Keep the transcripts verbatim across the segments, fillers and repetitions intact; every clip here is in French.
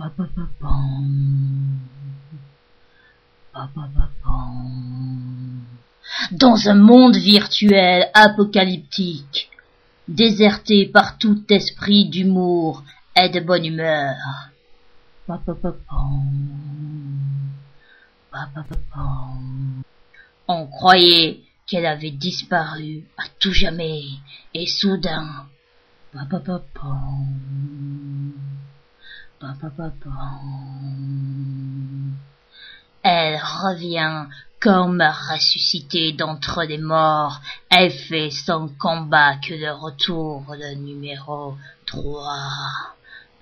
Dans un monde virtuel apocalyptique, déserté par tout esprit d'humour et de bonne humeur, on croyait qu'elle avait disparu à tout jamais, et soudain, elle revient comme ressuscitée d'entre les morts. Elle fait son combat que le retour, le numéro trois.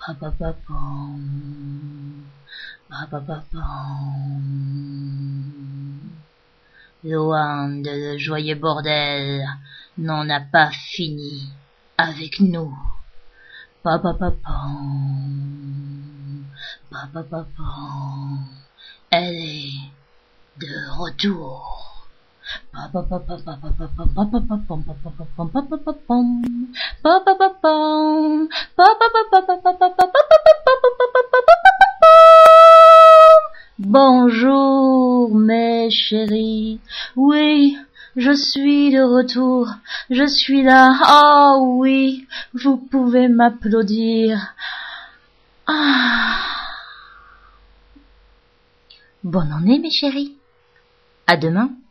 Loin de le joyeux bordel, n'en a pas fini avec nous. Elle est de retour. Bonjour mes chéris, oui, je suis de retour, je suis là, oh oui, vous pouvez m'applaudir. Ah. Bonne année mes chéris, à demain.